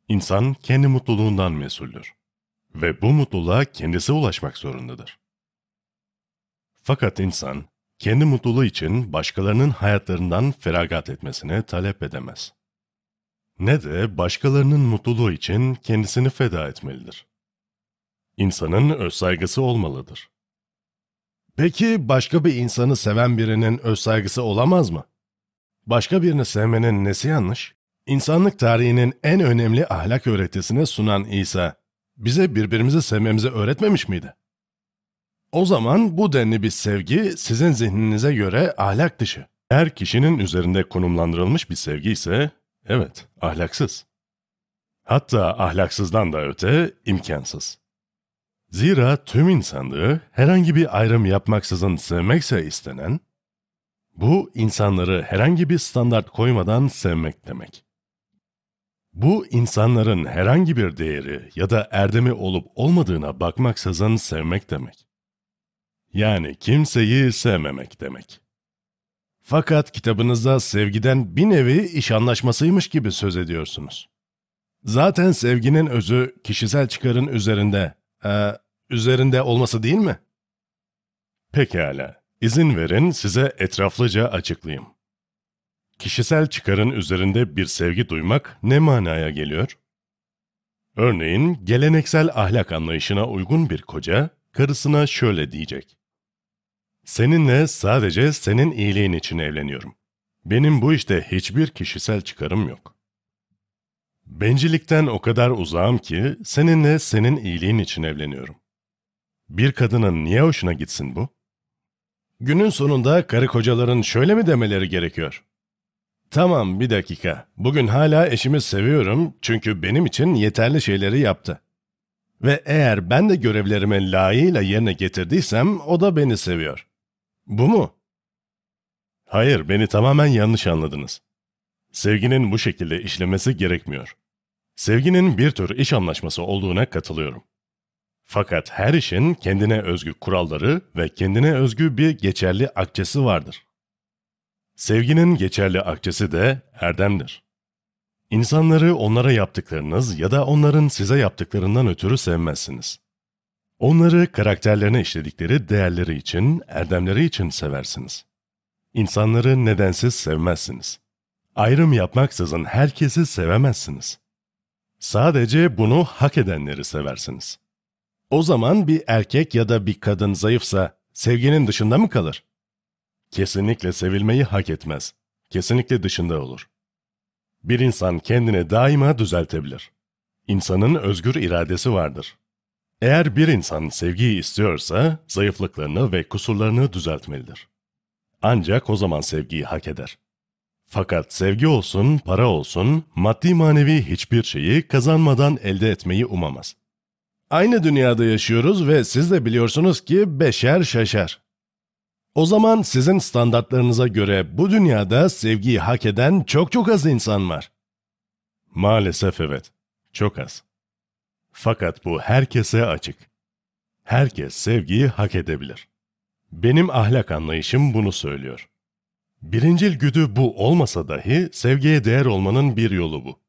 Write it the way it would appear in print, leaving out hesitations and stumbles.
İnsan kendi mutluluğundan mesuldür ve bu mutluluğa kendisi ulaşmak zorundadır. Fakat insan, kendi mutluluğu için başkalarının hayatlarından feragat etmesini talep edemez. Ne de başkalarının mutluluğu için kendisini feda etmelidir. İnsanın özsaygısı olmalıdır. Peki başka bir insanı seven birinin özsaygısı olamaz mı? Başka birini sevmenin nesi yanlış? İnsanlık tarihinin en önemli ahlak öğretisini sunan İsa, bize birbirimizi sevmemizi öğretmemiş miydi? O zaman bu denli bir sevgi sizin zihninize göre ahlak dışı. Eğer kişinin üzerinde konumlandırılmış bir sevgi ise, evet, ahlaksız. Hatta ahlaksızdan da öte imkansız. Zira tüm insanlığı herhangi bir ayrım yapmaksızın sevmekse istenen, bu insanları herhangi bir standart koymadan sevmek demek. Bu insanların herhangi bir değeri ya da erdemi olup olmadığına bakmaksızın sevmek demek. Yani kimseyi sevmemek demek. Fakat kitabınızda sevgiden bir nevi iş anlaşmasıymış gibi söz ediyorsunuz. Zaten sevginin özü kişisel çıkarın üzerinde olması değil mi? Pekala, izin verin size etraflıca açıklayayım. Kişisel çıkarın üzerinde bir sevgi duymak ne manaya geliyor? Örneğin geleneksel ahlak anlayışına uygun bir koca, karısına şöyle diyecek. Seninle sadece senin iyiliğin için evleniyorum. Benim bu işte hiçbir kişisel çıkarım yok. Bencillikten o kadar uzağım ki seninle senin iyiliğin için evleniyorum. Bir kadının niye hoşuna gitsin bu? Günün sonunda karı kocaların şöyle mi demeleri gerekiyor? Tamam, bir dakika. Bugün hala eşimi seviyorum çünkü benim için yeterli şeyleri yaptı. Ve eğer ben de görevlerimi layığıyla yerine getirdiysem o da beni seviyor. Bu mu? Hayır, beni tamamen yanlış anladınız. Sevginin bu şekilde işlemesi gerekmiyor. Sevginin bir tür iş anlaşması olduğuna katılıyorum. Fakat her işin kendine özgü kuralları ve kendine özgü bir geçerli akçesi vardır. Sevginin geçerli akçesi de erdemdir. İnsanları onlara yaptıklarınız ya da onların size yaptıklarından ötürü sevmezsiniz. Onları karakterlerine işledikleri değerleri için, erdemleri için seversiniz. İnsanları nedensiz sevmezsiniz. Ayrım yapmaksızın herkesi sevemezsiniz. Sadece bunu hak edenleri seversiniz. O zaman bir erkek ya da bir kadın zayıfsa sevginin dışında mı kalır? Kesinlikle sevilmeyi hak etmez. Kesinlikle dışında olur. Bir insan kendini daima düzeltebilir. İnsanın özgür iradesi vardır. Eğer bir insan sevgiyi istiyorsa zayıflıklarını ve kusurlarını düzeltmelidir. Ancak o zaman sevgiyi hak eder. Fakat sevgi olsun, para olsun, maddi manevi hiçbir şeyi kazanmadan elde etmeyi umamaz. Aynı dünyada yaşıyoruz ve siz de biliyorsunuz ki beşer şaşar. O zaman sizin standartlarınıza göre bu dünyada sevgiyi hak eden çok az insan var. Maalesef evet, çok az. Fakat bu herkese açık. Herkes sevgiyi hak edebilir. Benim ahlak anlayışım bunu söylüyor. Birincil güdü bu olmasa dahi sevgiye değer olmanın bir yolu bu.